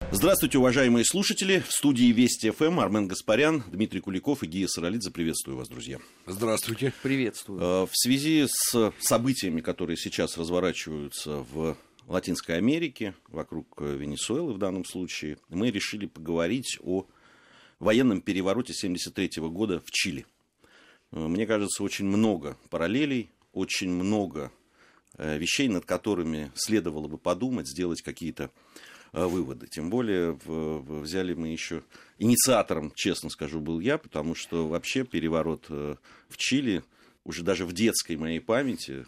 Здравствуйте, уважаемые слушатели. В студии Вести ФМ Армен Гаспарян, Дмитрий Куликов и Гия Саралидзе. Приветствую вас, друзья. Здравствуйте. Приветствую. В связи с событиями, которые сейчас разворачиваются в Латинской Америке, вокруг Венесуэлы в данном случае, мы решили поговорить о военном перевороте 1973 года в Чили. Мне кажется, очень много параллелей, очень много вещей, над которыми следовало бы подумать, сделать какие-то выводы. Тем более взяли мы еще... Инициатором, честно скажу, был я, потому что вообще переворот в Чили, уже даже в детской моей памяти,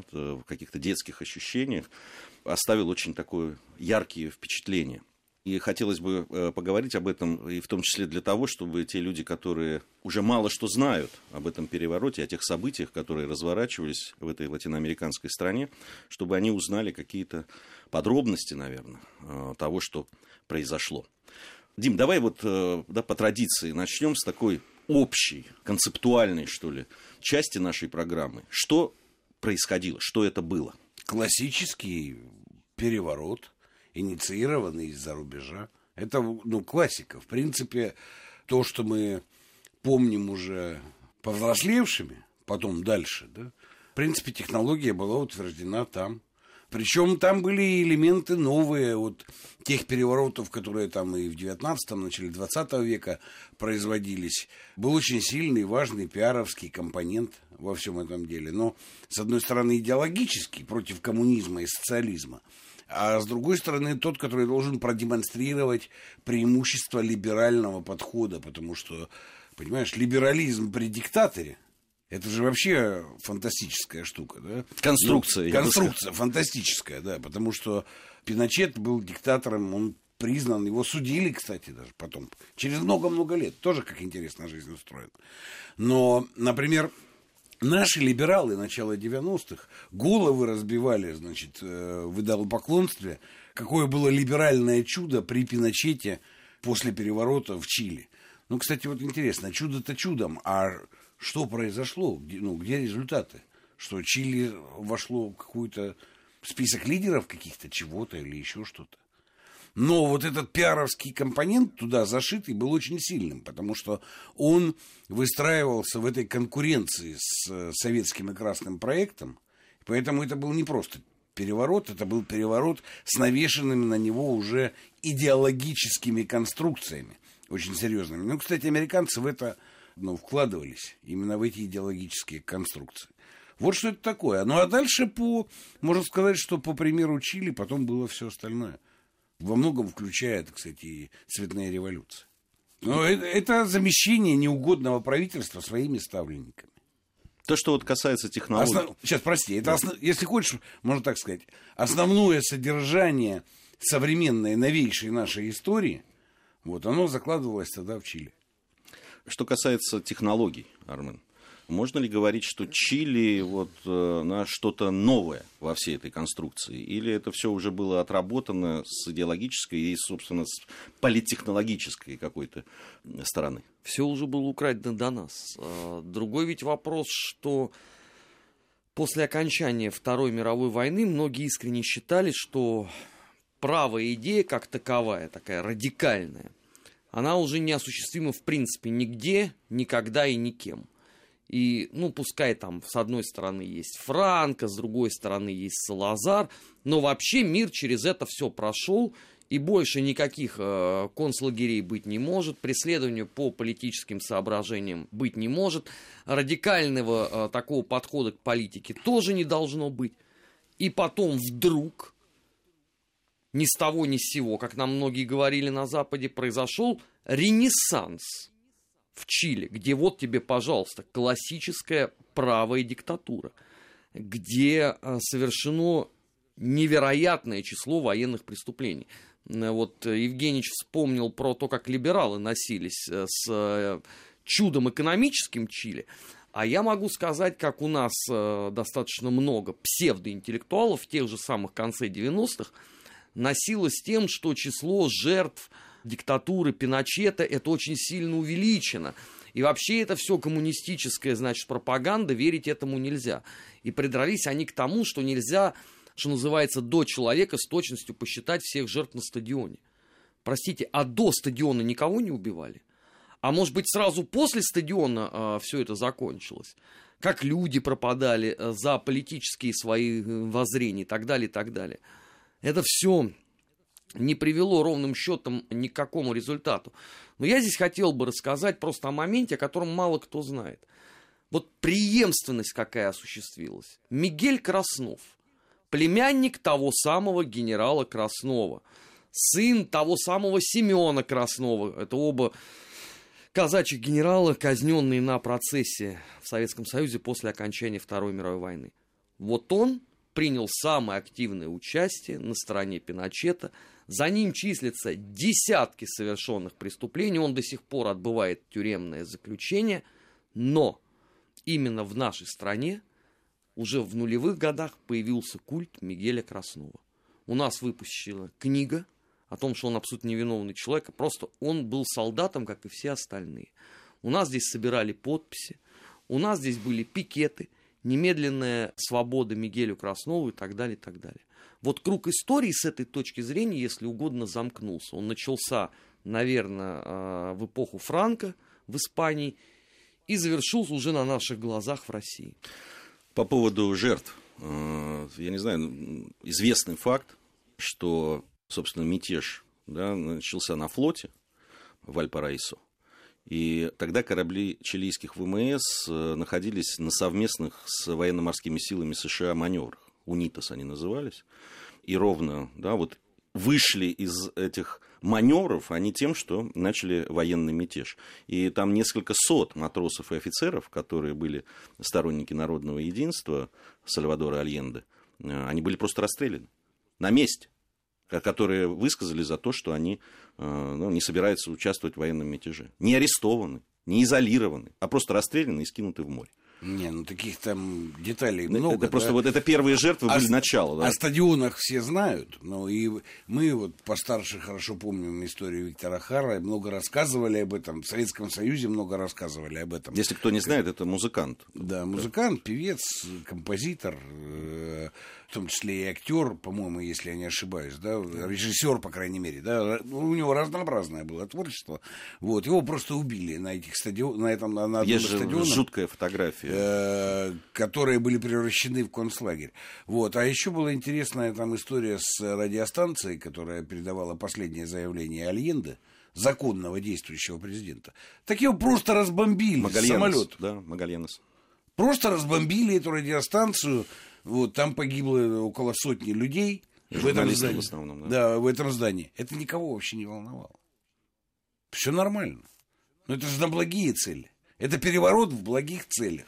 в каких-то детских ощущениях, оставил очень такое яркие впечатления. И хотелось бы поговорить об этом, и в том числе для того, чтобы те люди, которые уже мало что знают об этом перевороте, о тех событиях, которые разворачивались в этой латиноамериканской стране, чтобы они узнали какие-то подробности, наверное, того, что произошло. Дим, давай вот по традиции начнем с такой общей, концептуальной, что ли, части нашей программы. Что происходило, что это было? Классический переворот, инициированный из-за рубежа. Это, классика. В принципе, то, что мы помним уже повзрослевшими, потом дальше, да, в принципе, технология была утверждена там. Причем там были элементы новые от тех переворотов, которые там и в 19-м, начале 20 века производились. Был очень сильный, важный пиаровский компонент во всем этом деле. Но, с одной стороны, идеологический, против коммунизма и социализма, а с другой стороны, тот, который должен продемонстрировать преимущество либерального подхода, потому что, понимаешь, либерализм при диктаторе, это же вообще фантастическая штука, да? Конструкция. Конструкция фантастическая, да, потому что Пиночет был диктатором, он признан, его судили, кстати, даже потом, через много-много лет, тоже как интересно жизнь устроена. Но, например, наши либералы начала 90-х головы разбивали, значит, в идолопоклонстве, какое было либеральное чудо при Пиночете после переворота в Чили. Кстати, вот интересно, чудо-то чудом, а что произошло? Где результаты? Что Чили вошло в какой-то список лидеров каких-то чего-то или еще что-то? Но вот этот пиаровский компонент туда зашитый был очень сильным, потому что он выстраивался в этой конкуренции с советским и красным проектом. Поэтому это был не просто переворот, это был переворот с навешенными на него уже идеологическими конструкциями, очень серьезными. Кстати, американцы в это вкладывались, именно в эти идеологические конструкции. Вот что это такое. А дальше, можно сказать, что по примеру Чили потом было все остальное. Во многом включая, кстати, и цветные революции. Но это замещение неугодного правительства своими ставленниками. То, что вот касается технологий. Сейчас, прости, это если хочешь, можно так сказать, основное содержание современной, новейшей нашей истории, оно закладывалось тогда в Чили. Что касается технологий, Армен, можно ли говорить, что Чили на что-то новое во всей этой конструкции? Или это все уже было отработано с идеологической и, собственно, с политтехнологической какой-то стороны? Все уже было украдено до нас. Другой ведь вопрос, что после окончания Второй мировой войны многие искренне считали, что правая идея как таковая, такая радикальная, она уже неосуществима в принципе нигде, никогда и никем. И, пускай там с одной стороны есть Франко, с другой стороны есть Салазар, но вообще мир через это все прошел, и больше никаких концлагерей быть не может, преследования по политическим соображениям быть не может, радикального такого подхода к политике тоже не должно быть. И потом вдруг, ни с того ни с сего, как нам многие говорили на Западе, произошел ренессанс в Чили, где вот тебе, пожалуйста, классическая правая диктатура, где совершено невероятное число военных преступлений. Вот Евгеньевич вспомнил про то, как либералы носились с чудом экономическим Чили, а я могу сказать, как у нас достаточно много псевдоинтеллектуалов в тех же самых конце 90-х носилось тем, что число жертв диктатуры Пиночета это очень сильно увеличено. И вообще это все коммунистическая, пропаганда, верить этому нельзя. И придрались они к тому, что нельзя, что называется, до человека с точностью посчитать всех жертв на стадионе. Простите, а до стадиона никого не убивали? А может быть, сразу после стадиона все это закончилось? Как люди пропадали за политические свои воззрения и так далее, и так далее. Это все не привело ровным счетом ни к какому результату. Но я здесь хотел бы рассказать просто о моменте, о котором мало кто знает. Вот преемственность какая осуществилась. Мигель Краснов, племянник того самого генерала Краснова, сын того самого Семена Краснова, это оба казачьих генерала, казненные на процессе в Советском Союзе после окончания Второй мировой войны. Вот он принял самое активное участие на стороне Пиночета. За ним числятся десятки совершенных преступлений. Он до сих пор отбывает тюремное заключение. Но именно в нашей стране уже в нулевых годах появился культ Мигеля Краснова. У нас выпущена книга о том, что он абсолютно невиновный человек, просто он был солдатом, как и все остальные. У нас здесь собирали подписи, у нас здесь были пикеты, немедленная свобода Мигелю Краснову и так далее, и так далее. Вот круг истории с этой точки зрения, если угодно, замкнулся. Он начался, наверное, в эпоху Франко в Испании и завершился уже на наших глазах в России. По поводу жертв, я не знаю, известный факт, что, собственно, мятеж, да, начался на флоте в Вальпараисо. И тогда корабли чилийских ВМС находились на совместных с военно-морскими силами США маневрах. УНИТАС они назывались. И ровно, да, вот вышли из этих маневров они тем, что начали военный мятеж. И там несколько сот матросов и офицеров, которые были сторонники народного единства Сальвадора Альенде, они были просто расстреляны на месте, которые высказали за то, что они не собираются участвовать в военном мятеже. Не арестованы, не изолированы, а просто расстреляны и скинуты в море. Не, ну таких там деталей много. Это просто вот это первые жертвы были начало. Да? О стадионах все знают, но и мы вот постарше хорошо помним историю Виктора Хара, много рассказывали об этом, в Советском Союзе много рассказывали об этом. Если кто не знает, это музыкант. Да, музыкант, певец, композитор, в том числе и актер, по-моему, если я не ошибаюсь, да, режиссер, по крайней мере, да, у него разнообразное было творчество. Вот, его просто убили на этих стадионах, на одном Есть же стадионе. жуткая фотография. Которые были превращены в концлагерь. Вот. А еще была интересная там история с радиостанцией, которая передавала последнее заявление Альенде, законного действующего президента. Так его просто разбомбили самолет. Да, Магальянес. Просто разбомбили эту радиостанцию. Вот, там погибло около сотни людей. В этом здании. В основном, да. Да, в этом здании. Это никого вообще не волновало. Все нормально. Но это же на благие цели. Это переворот в благих целях.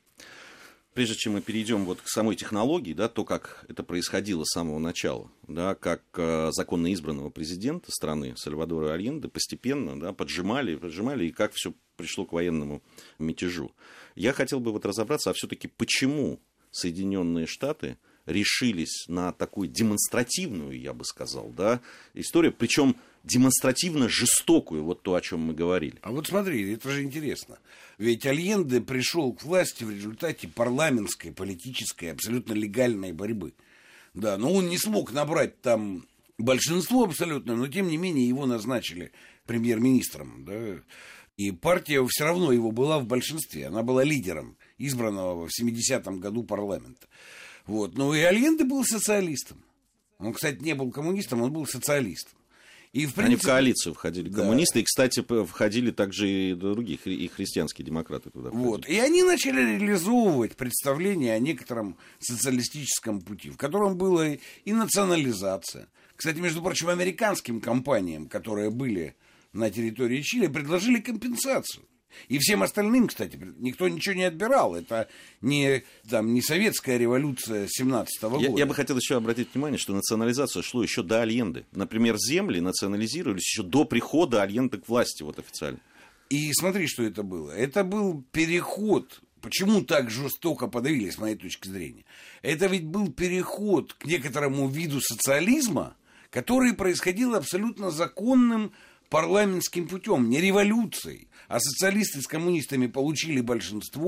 Прежде чем мы перейдем вот к самой технологии, да, то, как это происходило с самого начала, да, как законно избранного президента страны Сальвадора Альенде постепенно, да, поджимали, и как все пришло к военному мятежу. Я хотел бы вот разобраться, а все-таки почему Соединенные Штаты решились на такую демонстративную, я бы сказал, да, историю, причем демонстративно жестокую, вот то, о чем мы говорили. А вот смотри, это же интересно. Ведь Альенде пришел к власти в результате парламентской, политической, абсолютно легальной борьбы. Да, но он не смог набрать там большинство абсолютно, но тем не менее его назначили премьер-министром. Да? И партия все равно его была в большинстве. Она была лидером избранного в 70-м году парламента. Вот. Но и Альенде был социалистом. Он, кстати, не был коммунистом, он был социалистом. И, в принципе, они в коалицию входили, коммунисты, и, кстати, входили также и других, и христианские демократы туда входили. Вот. И они начали реализовывать представление о некотором социалистическом пути, в котором была и национализация. Кстати, между прочим, американским компаниям, которые были на территории Чили, предложили компенсацию. И всем остальным, кстати, никто ничего не отбирал. Это не советская революция 17-го года. Я бы хотел еще обратить внимание, что национализация шло еще до Альенде. Например, земли национализировались еще до прихода Альенде к власти, вот официально. И смотри, что это было. Это был переход. Почему так жестоко подавили, с моей точки зрения? Это ведь был переход к некоторому виду социализма, который происходил абсолютно законным парламентским путем, не революцией. А социалисты с коммунистами получили большинство,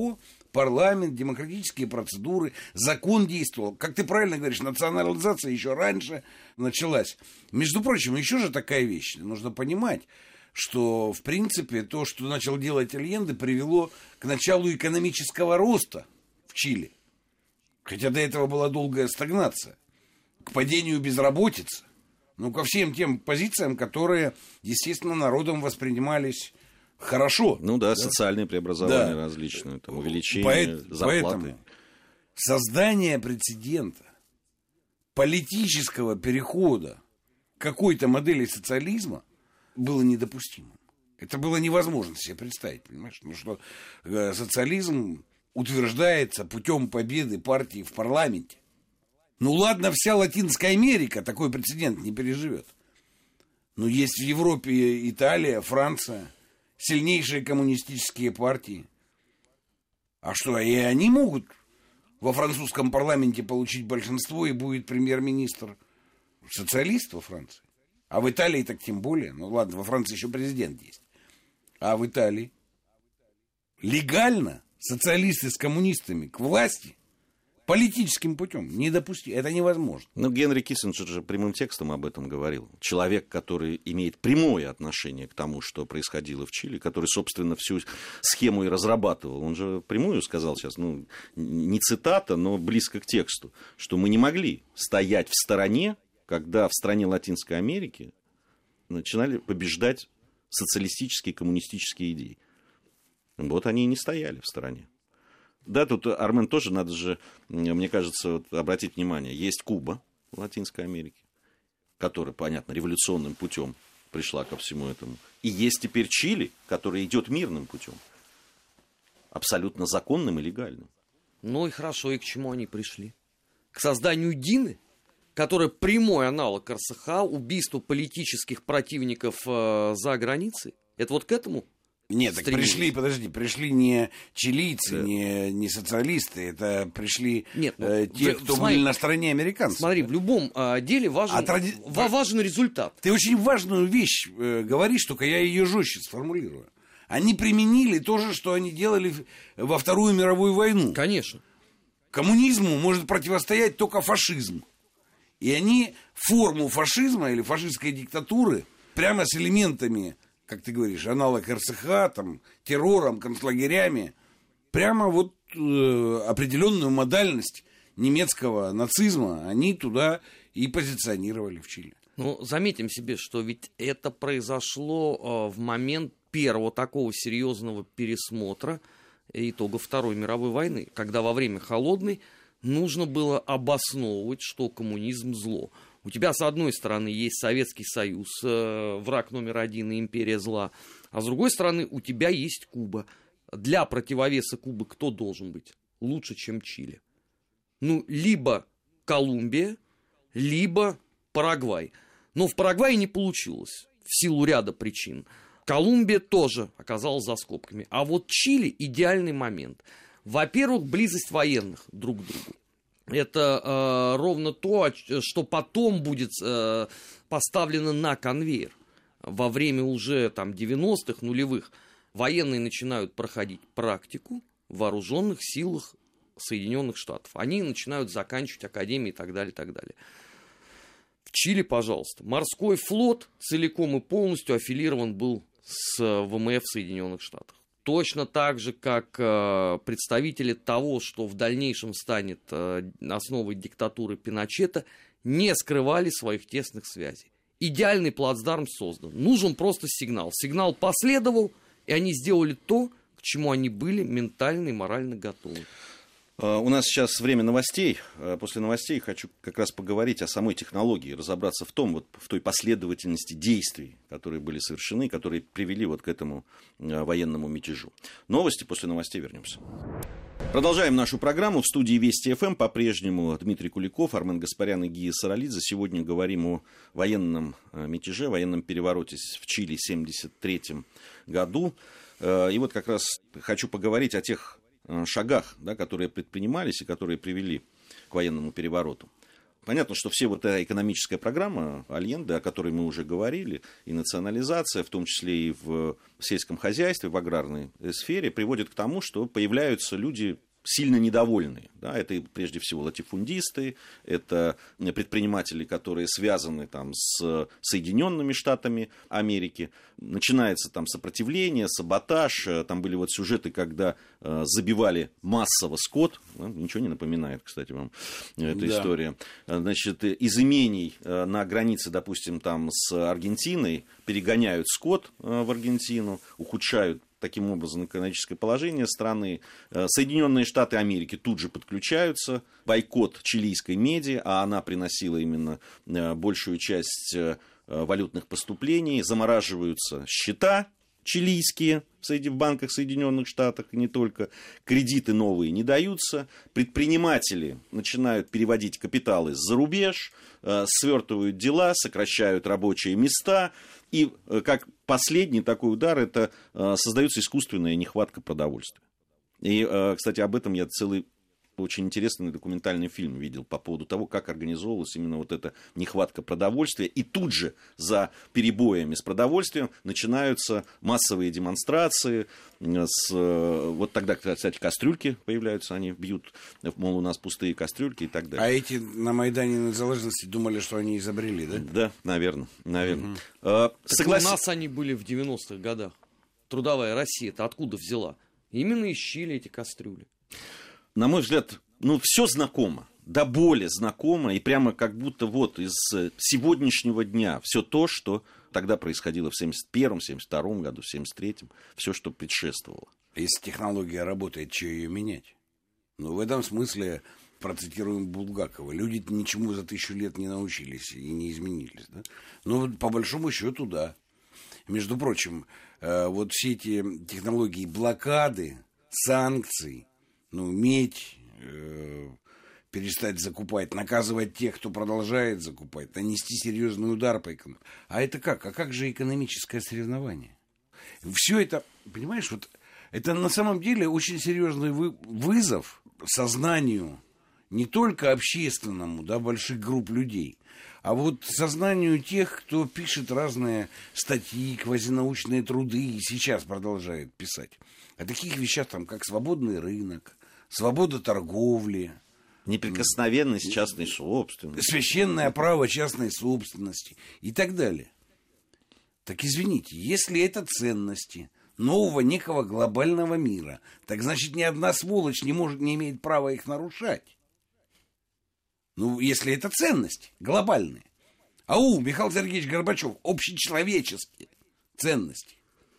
парламент, демократические процедуры, закон действовал. Как ты правильно говоришь, национализация еще раньше началась. Между прочим, еще же такая вещь. Нужно понимать, что, в принципе, то, что начал делать Альенде, привело к началу экономического роста в Чили. Хотя до этого была долгая стагнация. К падению безработицы. Ну, ко всем тем позициям, которые, естественно, народом воспринимались хорошо. Ну да, социальные преобразования различные, там, увеличение зарплаты. Поэтому создание прецедента политического перехода к какой-то модели социализма было недопустимым. Это было невозможно себе представить, понимаешь? Потому что социализм утверждается путем победы партии в парламенте. Ну ладно, вся Латинская Америка такой прецедент не переживет. Но есть в Европе Италия, Франция, сильнейшие коммунистические партии. А что, и они могут во французском парламенте получить большинство, и будет премьер-министр социалист во Франции. А в Италии так тем более. Ну ладно, во Франции еще президент есть. А в Италии легально социалисты с коммунистами к власти политическим путем недопустимо. Это невозможно. Ну, Генри Киссинджер же прямым текстом об этом говорил. Человек, который имеет прямое отношение к тому, что происходило в Чили, который, собственно, всю схему и разрабатывал, он же прямую сказал сейчас, ну, не цитата, но близко к тексту, что мы не могли стоять в стороне, когда в стране Латинской Америки начинали побеждать социалистические, коммунистические идеи. Вот они и не стояли в стороне. Да, тут, Армен, тоже надо же, мне кажется, вот, обратить внимание. Есть Куба в Латинской Америке, которая, понятно, революционным путем пришла ко всему этому. И есть теперь Чили, который идет мирным путем. Абсолютно законным и легальным. Ну и хорошо, и к чему они пришли? К созданию Дины, которая прямой аналог РСХА, убийству политических противников за границей? Это вот к этому? Нет, так пришли не чилийцы, не социалисты, это пришли те, кто были на стороне американцев. Смотри, в любом деле важен результат. Ты очень важную вещь говоришь, только я ее жестче сформулирую. Они применили то же, что они делали во Вторую мировую войну. Конечно. Коммунизму может противостоять только фашизм. И они форму фашизма или фашистской диктатуры прямо с элементами, как ты говоришь, аналог РСХ, там, террором, концлагерями, прямо вот определенную модальность немецкого нацизма они туда и позиционировали в Чили. Ну, заметим себе, что ведь это произошло в момент первого такого серьезного пересмотра итогов Второй мировой войны, когда во время Холодной нужно было обосновывать, что коммунизм зло. У тебя, с одной стороны, есть Советский Союз, враг номер один и империя зла, а с другой стороны, у тебя есть Куба. Для противовеса Кубы кто должен быть лучше, чем Чили? Ну, либо Колумбия, либо Парагвай. Но в Парагвае не получилось, в силу ряда причин. Колумбия тоже оказалась за скобками. А вот Чили — идеальный момент. Во-первых, близость военных друг к другу. Это ровно то, что потом будет поставлено на конвейер. Во время уже там 90-х, нулевых, военные начинают проходить практику в вооруженных силах Соединенных Штатов. Они начинают заканчивать академии и так далее, и так далее. В Чили, пожалуйста, морской флот целиком и полностью аффилирован был с ВМФ Соединенных Штатов. Точно так же, как представители того, что в дальнейшем станет основой диктатуры Пиночета, не скрывали своих тесных связей. Идеальный плацдарм создан. Нужен просто сигнал. Сигнал последовал, и они сделали то, к чему они были ментально и морально готовы. У нас сейчас время новостей. После новостей хочу как раз поговорить о самой технологии, разобраться в том, вот, в той последовательности действий, которые были совершены, которые привели вот к этому военному мятежу. Новости, после новостей вернемся. Продолжаем нашу программу. В студии Вести ФМ по-прежнему Дмитрий Куликов, Армен Гаспарян и Гия Саралидзе. Сегодня говорим о военном мятеже, военном перевороте в Чили в 1973 году. И вот как раз хочу поговорить о тех шагах, да, которые предпринимались и которые привели к военному перевороту. Понятно, что все вот эта экономическая программа Альенде, о которой мы уже говорили, и национализация, в том числе и в сельском хозяйстве, в аграрной сфере, приводит к тому, что появляются люди сильно недовольные. Да? Это прежде всего латифундисты, это предприниматели, которые связаны там, с Соединенными Штатами Америки. Начинается там сопротивление, саботаж. Там были вот сюжеты, когда забивали массово скот. Ничего не напоминает, кстати, вам эта история. Значит, из имений на границе, допустим, там с Аргентиной перегоняют скот в Аргентину, ухудшают таким образом экономическое положение страны. Соединенные Штаты Америки тут же подключаются. Бойкот чилийской меди, а она приносила именно большую часть валютных поступлений. Замораживаются счета чилийские в банках Соединенных Штатов и не только. Кредиты новые не даются. Предприниматели начинают переводить капиталы за рубеж, свертывают дела, сокращают рабочие места. И как последний такой удар, это создается искусственная нехватка продовольствия. И, кстати, об этом я целый очень интересный документальный фильм видел по поводу того, как организовывалась именно вот эта нехватка продовольствия. И тут же за перебоями с продовольствием начинаются массовые демонстрации. Вот тогда, кстати, кастрюльки появляются, они бьют, мол, у нас пустые кастрюльки и так далее. А эти на Майдане Незалежности думали, что они изобрели, да? Да, наверное. Так у нас они были в 90-х годах. Трудовая Россия-то откуда взяла? Именно из Чили эти кастрюли. На мой взгляд, все знакомо, до боли знакомо, и прямо как будто вот из сегодняшнего дня все то, что тогда происходило в 71-м, 72-м году, в 73-м, все, что предшествовало. Если технология работает, что ее менять? В этом смысле, процитируем Булгакова, люди ничему за 1000 лет не научились и не изменились. Да? По большому счету, да. Между прочим, вот все эти технологии блокады, санкций, медь, перестать закупать, наказывать тех, кто продолжает закупать, нанести серьезный удар по экономике. А это как? А как же экономическое соревнование? Все это, понимаешь, вот это на самом деле очень серьезный вызов сознанию, не только общественному, да, больших групп людей, а вот сознанию тех, кто пишет разные статьи, квазинаучные труды и сейчас продолжает писать. О таких вещах, как свободный рынок, свобода торговли, неприкосновенность частной собственности, священное право частной собственности и так далее. Так извините, если это ценности нового некого глобального мира, так значит ни одна сволочь не имеет права их нарушать. Если это ценности глобальные. Михаил Сергеевич Горбачев, общечеловеческие ценности.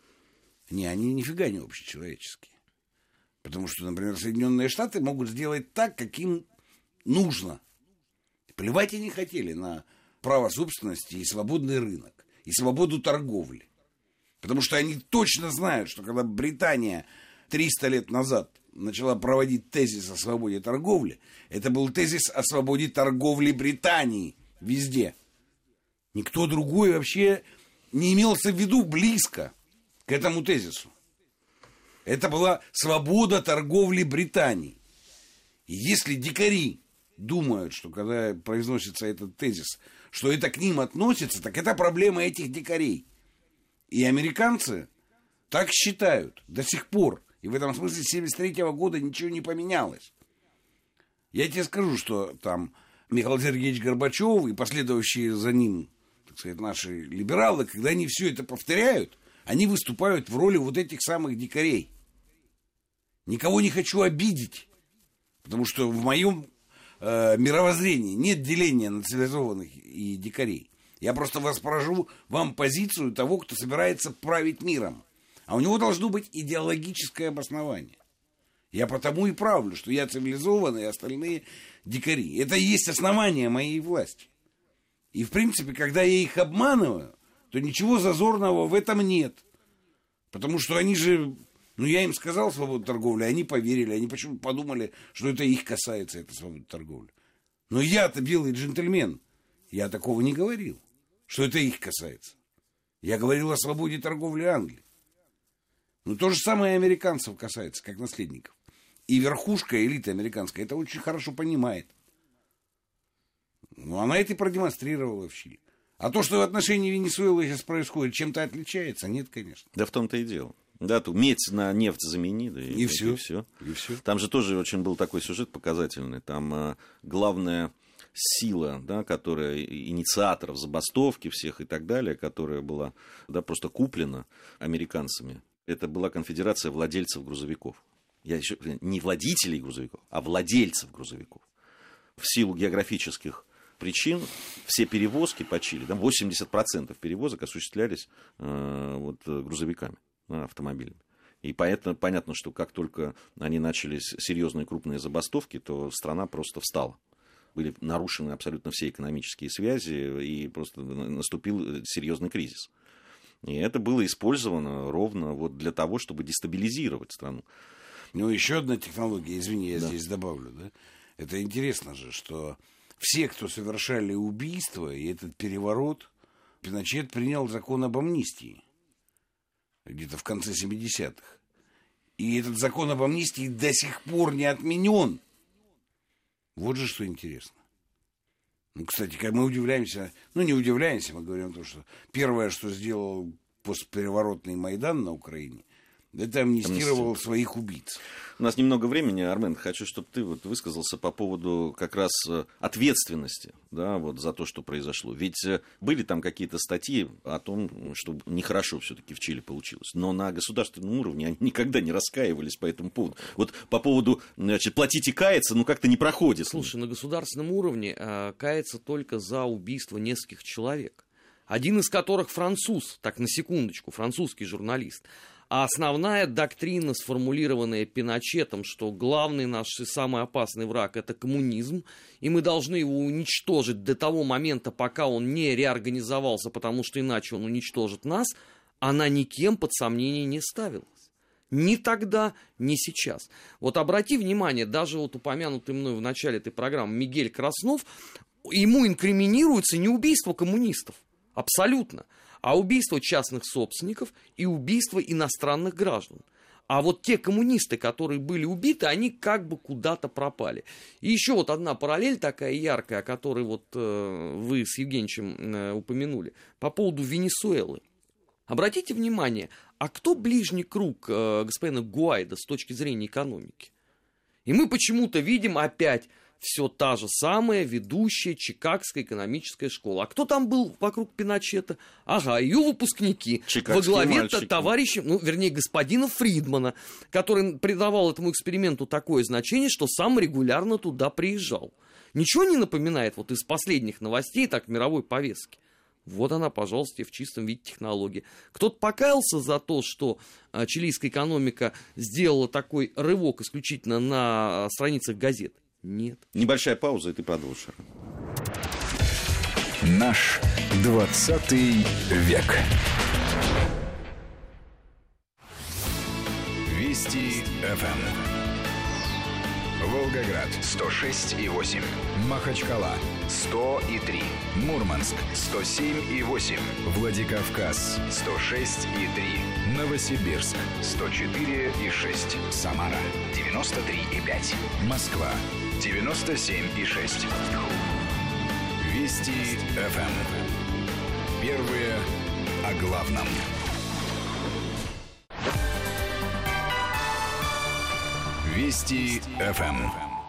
Они нифига не общечеловеческие. Потому что, например, Соединенные Штаты могут сделать так, как им нужно. Плевать они хотели на право собственности и свободный рынок, и свободу торговли. Потому что они точно знают, что когда Британия 300 лет назад начала проводить тезис о свободе торговли, это был тезис о свободе торговли Британии везде. Никто другой вообще не имелся в виду близко к этому тезису. Это была свобода торговли Британии. И если дикари думают, что когда произносится этот тезис, что это к ним относится, так это проблема этих дикарей. И американцы так считают до сих пор. И в этом смысле с 1973 года ничего не поменялось. Я тебе скажу, что там Михаил Сергеевич Горбачев и последовавшие за ним, так сказать, наши либералы, когда они все это повторяют, они выступают в роли вот этих самых дикарей. Никого не хочу обидеть, потому что в моем мировоззрении нет деления на цивилизованных и дикарей. Я просто воспрожу вам позицию того, кто собирается править миром. А у него должно быть идеологическое обоснование. Я потому и правлю, что я цивилизованный, а остальные дикари. Это и есть основание моей власти. И, в принципе, когда я их обманываю, то ничего зазорного в этом нет. Потому что они же... я им сказал свободу торговли, они поверили. Они почему-то подумали, что это их касается, эта свобода торговли. Но я-то белый джентльмен. Я такого не говорил, что это их касается. Я говорил о свободе торговли Англии. То же самое и американцев касается, как наследников. И верхушка элиты американской это очень хорошо понимает. Ну, она это и продемонстрировала в Чили. А то, что в отношении Венесуэлы сейчас происходит, чем-то отличается? Нет, конечно. Да в том-то и дело. Да, тут медь на нефть замени, да и все. И все. Там же тоже очень был такой сюжет показательный. Там главная сила, да, которая инициаторов забастовки всех и так далее, которая была, да, просто куплена американцами, это была конфедерация владельцев грузовиков. Я еще не водителей грузовиков, а владельцев грузовиков. В силу географических причин все перевозки по Чили, да, 80% перевозок осуществлялись грузовиками, автомобилями. И поэтому понятно, что как только они начались серьезные крупные забастовки, то страна просто встала. Были нарушены абсолютно все экономические связи, и просто наступил серьезный кризис. И это было использовано ровно вот для того, чтобы дестабилизировать страну. Ну, еще одна технология, извини, я здесь добавлю, да? Это интересно же, что все, кто совершали убийство и этот переворот, Пиночет принял закон об амнистии где-то в конце 70-х. И этот закон об амнистии до сих пор не отменен. Вот же что интересно. Ну, кстати, как мы удивляемся, не удивляемся, мы говорим о том, что первое, что сделал постпереворотный Майдан на Украине, это амнистировал своих убийц. У нас немного времени, Армен, хочу, чтобы ты высказался по поводу как раз ответственности, да, вот за то, что произошло. Ведь были там какие-то статьи о том, что нехорошо все-таки в Чили получилось. Но на государственном уровне они никогда не раскаивались по этому поводу. Вот по поводу, значит, платить и каяться, как-то не проходит. Слушай, на государственном уровне каяться только за убийство нескольких человек. Один из которых француз, так на секундочку, французский журналист. А основная доктрина, сформулированная Пиночетом, что главный наш и самый опасный враг – это коммунизм, и мы должны его уничтожить до того момента, пока он не реорганизовался, потому что иначе он уничтожит нас, она никем под сомнение не ставилась. Ни тогда, ни сейчас. Вот обрати внимание, даже вот упомянутый мной в начале этой программы Мигель Краснов, ему инкриминируется не убийство коммунистов, абсолютно, а убийство частных собственников и убийство иностранных граждан. А вот те коммунисты, которые были убиты, они как бы куда-то пропали. И еще вот одна параллель такая яркая, о которой вот вы с Евгеньевичем упомянули, по поводу Венесуэлы. Обратите внимание, а кто ближний круг господина Гуайдо с точки зрения экономики? И мы почему-то видим опять все та же самая ведущая Чикагская экономическая школа. А кто там был вокруг Пиночета? Ага, ее выпускники. Во главе товарища, господина Фридмана, который придавал этому эксперименту такое значение, что сам регулярно туда приезжал. Ничего не напоминает вот из последних новостей, так, мировой повестки? Вот она, пожалуйста, в чистом виде технологии. Кто-то покаялся за то, что чилийская экономика сделала такой рывок исключительно на страницах газет? Нет. Небольшая пауза, и ты продолжишь. Наш 20 век. Вести ФМ. Волгоград 106,8. Махачкала 100,3. Мурманск 107,8. Владикавказ 106,3. Новосибирск 104,6. Самара 93,5. Москва 97,6. Вести ФМ. Первые о главном. Вести ФМ.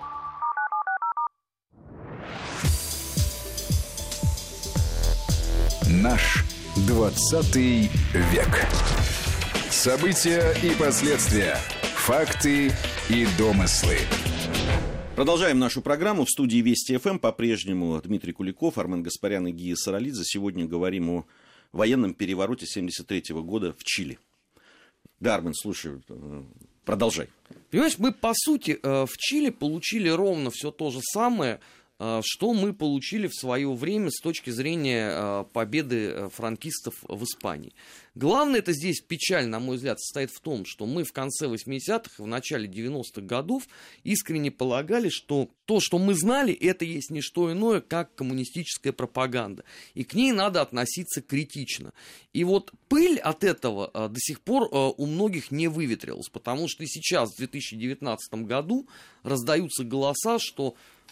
Наш 20 век. События и последствия. Факты и домыслы. Продолжаем нашу программу. В студии Вести ФМ по-прежнему Дмитрий Куликов, Армен Гаспарян и Гия Саралидзе. Сегодня говорим о военном перевороте 1973 года в Чили. Да, Армен, слушай, продолжай. Понимаешь, мы, по сути, в Чили получили ровно все то же самое, что мы получили в свое время с точки зрения победы франкистов в Испании. Главное, это здесь печаль, на мой взгляд, состоит в том, что мы в конце 80-х и в начале 90-х годов искренне полагали, что то, что мы знали, это есть не что иное, как коммунистическая пропаганда. И к ней надо относиться критично. И вот пыль от этого до сих пор у многих не выветрилась, потому что и сейчас, в 2019 году, раздаются голоса, что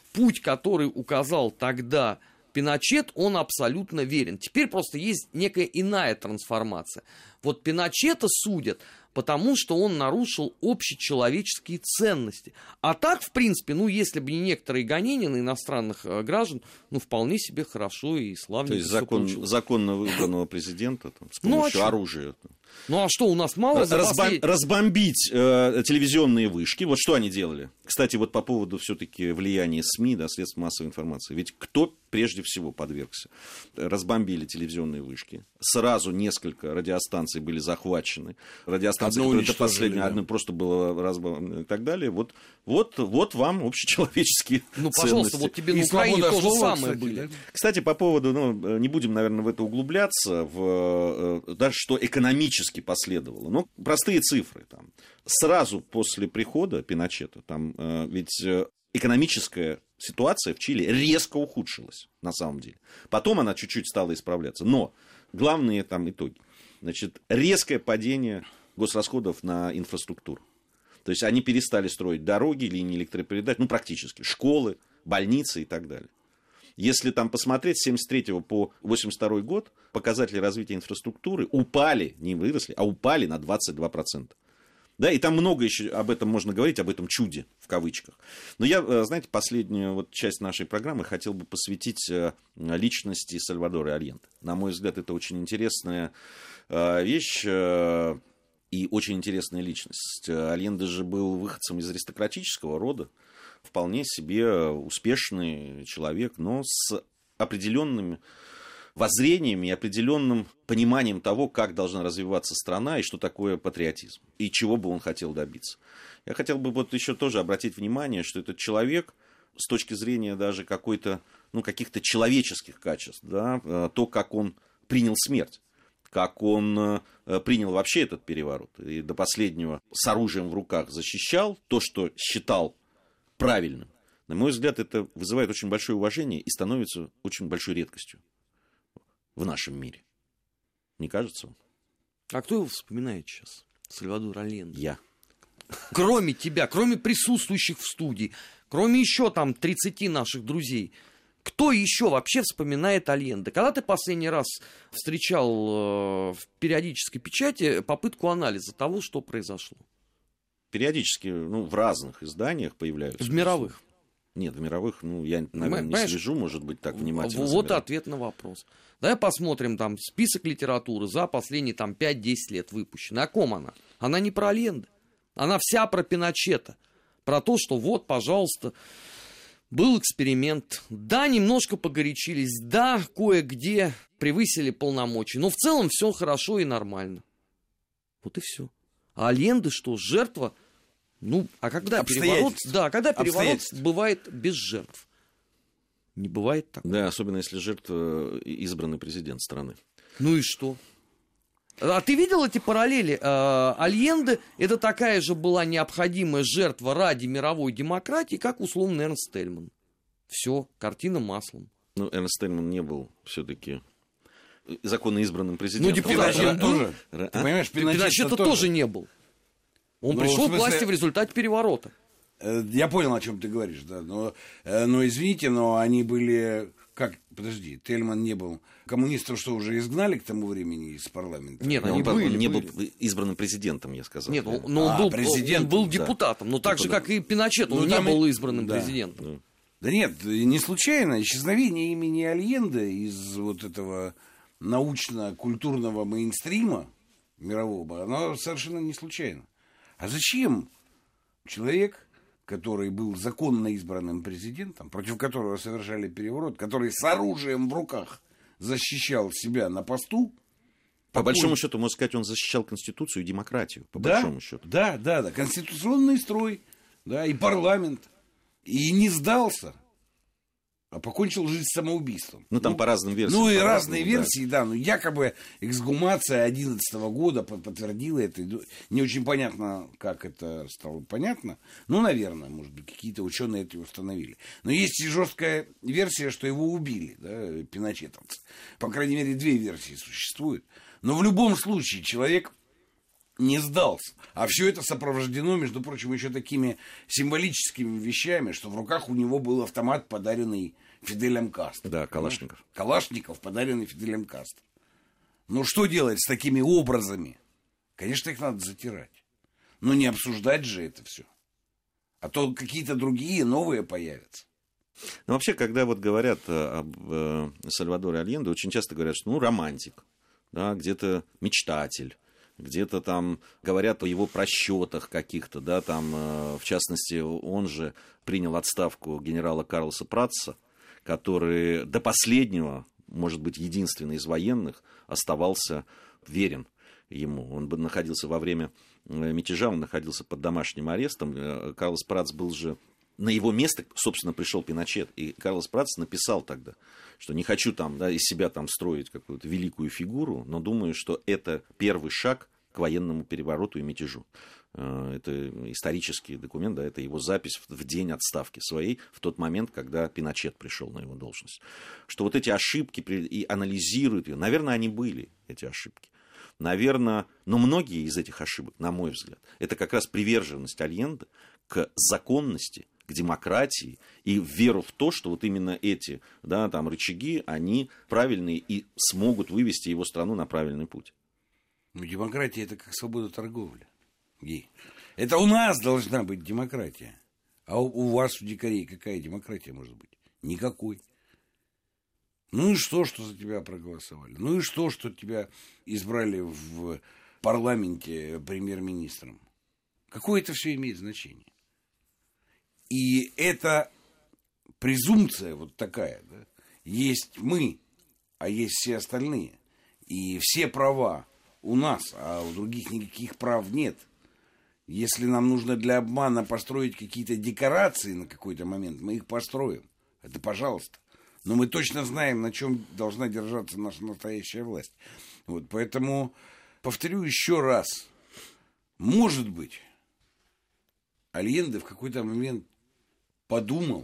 путь, который указал тогда Пиночет, он абсолютно верен. Теперь просто есть некая иная трансформация. Вот Пиночета судят, потому что он нарушил общечеловеческие ценности. А так, в принципе, если бы не некоторые гонения на иностранных граждан, вполне себе хорошо и славно. То есть законно выбранного президента с помощью оружия. А что, у нас мало? Разбомбить телевизионные вышки. Вот что они делали? Кстати, вот по поводу все-таки влияния СМИ, средств массовой информации. Ведь кто прежде всего подвергся? Разбомбили телевизионные вышки. Сразу несколько радиостанций были захвачены. Радиостанции, которые до последнего, одно просто было разбомблено и так далее. Вот вам общечеловеческие ценности. Пожалуйста, вот тебе на Украине то же самое были. Да? Кстати, по поводу, не будем, наверное, в это углубляться, даже что экономически последовало. Но простые цифры. Сразу после прихода Пиночета, ведь экономическая ситуация в Чили резко ухудшилась, на самом деле. Потом она чуть-чуть стала исправляться. Но главные итоги. Резкое падение госрасходов на инфраструктуру. То есть они перестали строить дороги, линии электропередач, практически, школы, больницы и так далее. Если посмотреть, с 1973 по 1982 год показатели развития инфраструктуры упали, не выросли, а упали на 22%. Да, и там много еще об этом можно говорить, об этом чуде, в кавычках. Но я, знаете, последнюю часть нашей программы хотел бы посвятить личности Сальвадора Альенде. На мой взгляд, это очень интересная вещь и очень интересная личность. Альенде же был выходцем из аристократического рода, вполне себе успешный человек, но с определенными воззрениями и определенным пониманием того, как должна развиваться страна и что такое патриотизм, и чего бы он хотел добиться. Я хотел бы еще тоже обратить внимание, что этот человек с точки зрения даже каких-то человеческих качеств, то, как он принял смерть, как он принял вообще этот переворот, и до последнего с оружием в руках защищал то, что считал правильным. На мой взгляд, это вызывает очень большое уважение и становится очень большой редкостью в нашем мире. Не кажется вам? А кто его вспоминает сейчас? Сальвадор Альенде. Я. Кроме тебя, кроме присутствующих в студии, кроме еще 30 наших друзей, кто еще вообще вспоминает Альенде? Когда ты последний раз встречал в периодической печати попытку анализа того, что произошло? Периодически, в разных изданиях появляются. В мировых? Нет, в мировых, я, наверное, не слежу, может быть, так внимательно. Вот ответ на вопрос. Давай посмотрим список литературы за последние 5-10 лет выпущенной. О ком она? Она не про Альенде. Она вся про Пиночета. Про то, что пожалуйста, был эксперимент. Да, немножко погорячились. Да, кое-где превысили полномочия. Но в целом все хорошо и нормально. Вот и все. А Альенде что, жертва? А когда переворот... Да, когда переворот бывает без жертв? Не бывает так. Да, особенно если жертва избранный президент страны. Ну и что? А ты видел эти параллели? Альенде это такая же была необходимая жертва ради мировой демократии, как условно Эрнст Тельман. Все, картина маслом. Эрнст Тельман не был все-таки законно избранным президентом. Депутатом тоже. Ты понимаешь, Пиночета тоже не был. Он пришел к власти в результате переворота. Я понял, о чем ты говоришь, да. Но извините, но они были... Подожди, Тельман не был... Коммунистов что, уже изгнали к тому времени из парламента? Нет, он не был избранным президентом, я сказал. Нет, но он был депутатом. Но так же, как и Пиночет, он не был избранным президентом. Да нет, не случайно. Исчезновение имени Альенде из этого научно-культурного мейнстрима мирового, оно совершенно не случайно. А зачем человек, который был законно избранным президентом, против которого совершали переворот, который с оружием в руках защищал себя на посту? По большому счету, можно сказать, он защищал Конституцию и демократию. По большому счету. Да. Конституционный строй, и парламент. И не сдался. А покончил жизнь самоубийством. Там по разным версиям. И разные версии, да. Якобы эксгумация 2011 года подтвердила это. Не очень понятно, как это стало понятно. Наверное, может быть, какие-то ученые это установили. Но есть и жесткая версия, что его убили, пиночетовцы. По крайней мере, 2 версии существуют. Но в любом случае человек не сдался. А все это сопровождено, между прочим, еще такими символическими вещами, что в руках у него был автомат, подаренный Фиделем Кастро. Да, Калашников. Калашников, подаренный Фиделем Кастро. Ну, что делать с такими образами? Конечно, их надо затирать. Но не обсуждать же это все. А то какие-то другие, новые появятся. Ну, вообще, когда вот говорят об Сальвадоре Альенде, очень часто говорят, что, романтик, да, где-то мечтатель, где-то там говорят о его просчетах каких-то, да, там, в частности, он же принял отставку генерала Карлоса Пратса, который до последнего, может быть, единственный из военных, оставался верен ему. Он находился во время мятежа, он находился под домашним арестом. Карлос Пратс был же... На его место, собственно, пришел Пиночет. И Карлос Пратс написал тогда, что не хочу там, да, из себя там строить какую-то великую фигуру, но думаю, что это первый шаг к военному перевороту и мятежу. Это исторический документ, да, это его запись в день отставки своей, в тот момент, когда Пиночет пришел на его должность. Что вот эти ошибки и анализируют ее. Наверное, они были, эти ошибки. Наверное, но многие из этих ошибок, на мой взгляд, это как раз приверженность Альенде к законности, к демократии и веру в то, что вот именно эти, да, там, рычаги, они правильные и смогут вывести его страну на правильный путь. Ну, демократия — это как свобода торговли. Это у нас должна быть демократия. А у вас, у дикарей, какая демократия может быть? Никакой. Ну и что за тебя проголосовали? Ну и что тебя избрали в парламенте премьер-министром? Какое это все имеет значение? И эта презумпция вот такая, да, есть мы, а есть все остальные. И все права у нас, а у других никаких прав нет. Если нам нужно для обмана построить какие-то декорации на какой-то момент, мы их построим. Это пожалуйста. Но мы точно знаем, на чем должна держаться наша настоящая власть. Вот, поэтому повторю еще раз. Может быть, Альенде в какой-то момент подумал,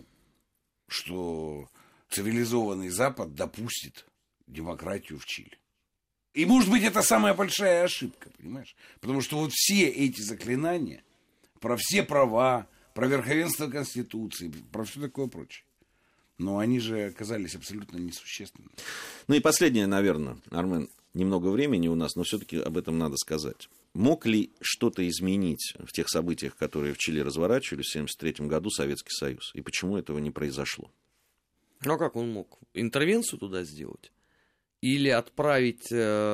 что цивилизованный Запад допустит демократию в Чили. И, может быть, это самая большая ошибка, понимаешь? Потому что вот все эти заклинания про все права, про верховенство Конституции, про все такое прочее, но они же оказались абсолютно несущественными. Ну и последнее, наверное, Армен, немного времени у нас, но все-таки об этом надо сказать. Мог ли что-то изменить в тех событиях, которые в Чили разворачивались в 1973 году Советский Союз? И почему этого не произошло? Ну а как он мог? Интервенцию туда сделать? Или отправить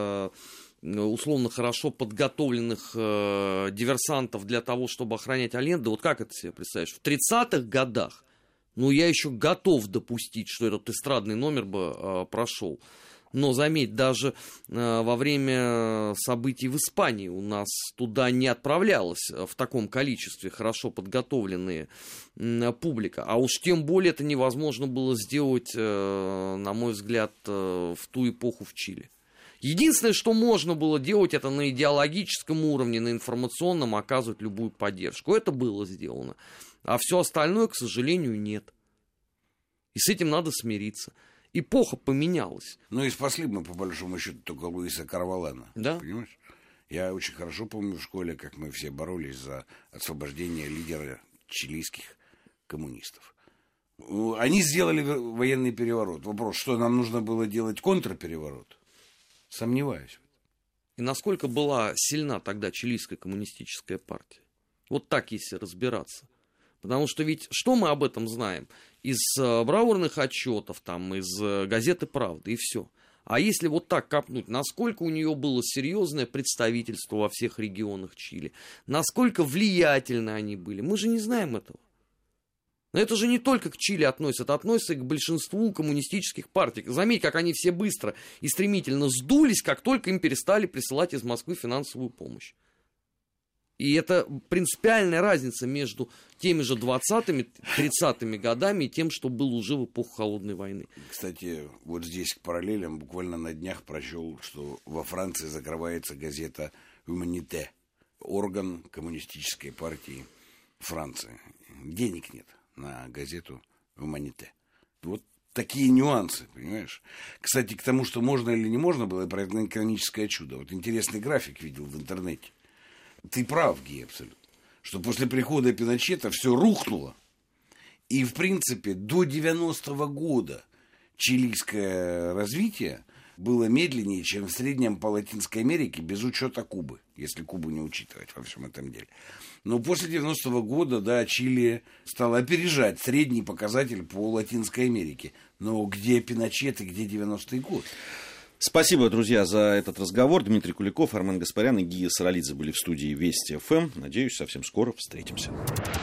условно хорошо подготовленных диверсантов для того, чтобы охранять Альенде? Вот как это себе представишь? В 30-х годах, ну я еще готов допустить, что этот эстрадный номер бы прошел. Но, заметь, даже во время событий в Испании у нас туда не отправлялась в таком количестве хорошо подготовленная публика. А уж тем более это невозможно было сделать, на мой взгляд, в ту эпоху в Чили. Единственное, что можно было делать, это на идеологическом уровне, на информационном оказывать любую поддержку. Это было сделано. А все остальное, к сожалению, нет. И с этим надо смириться. Эпоха поменялась. Ну и спасли мы, по большому счету, только Луиса Карвалана. Да. Понимаешь? Я очень хорошо помню в школе, как мы все боролись за освобождение лидера чилийских коммунистов. Они сделали военный переворот. Вопрос, что нам нужно было делать контрпереворот? Сомневаюсь. И насколько была сильна тогда чилийская коммунистическая партия? Вот так, если разбираться. Потому что ведь что мы об этом знаем? Из бравурных отчетов, там, из газеты «Правда» и все. А если вот так копнуть, насколько у нее было серьезное представительство во всех регионах Чили? Насколько влиятельны они были? Мы же не знаем этого. Но это же не только к Чили относится, это относится и к большинству коммунистических партий. Заметь, как они все быстро и стремительно сдулись, как только им перестали присылать из Москвы финансовую помощь. И это принципиальная разница между теми же 20-ми, 30-ми годами и тем, что было уже в эпоху Холодной войны. Кстати, вот здесь к параллелям буквально на днях прочел, что во Франции закрывается газета «Humanité», орган коммунистической партии Франции. Денег нет на газету «Humanité». Вот такие нюансы, понимаешь? Кстати, к тому, что можно или не можно было, про экономическое чудо. Вот интересный график видел в интернете. Ты прав, Гей, абсолютно. Что после прихода Пиночета все рухнуло. И, в принципе, до 90-го года чилийское развитие было медленнее, чем в среднем по Латинской Америке, без учета Кубы, если Кубу не учитывать во всем этом деле. Но после 90-го года, да, Чили стало опережать средний показатель по Латинской Америке. Но где Пиночет и где 90-й год? Спасибо, друзья, за этот разговор. Дмитрий Куликов, Армен Гаспарян и Гия Саралидзе были в студии Вести ФМ. Надеюсь, совсем скоро встретимся.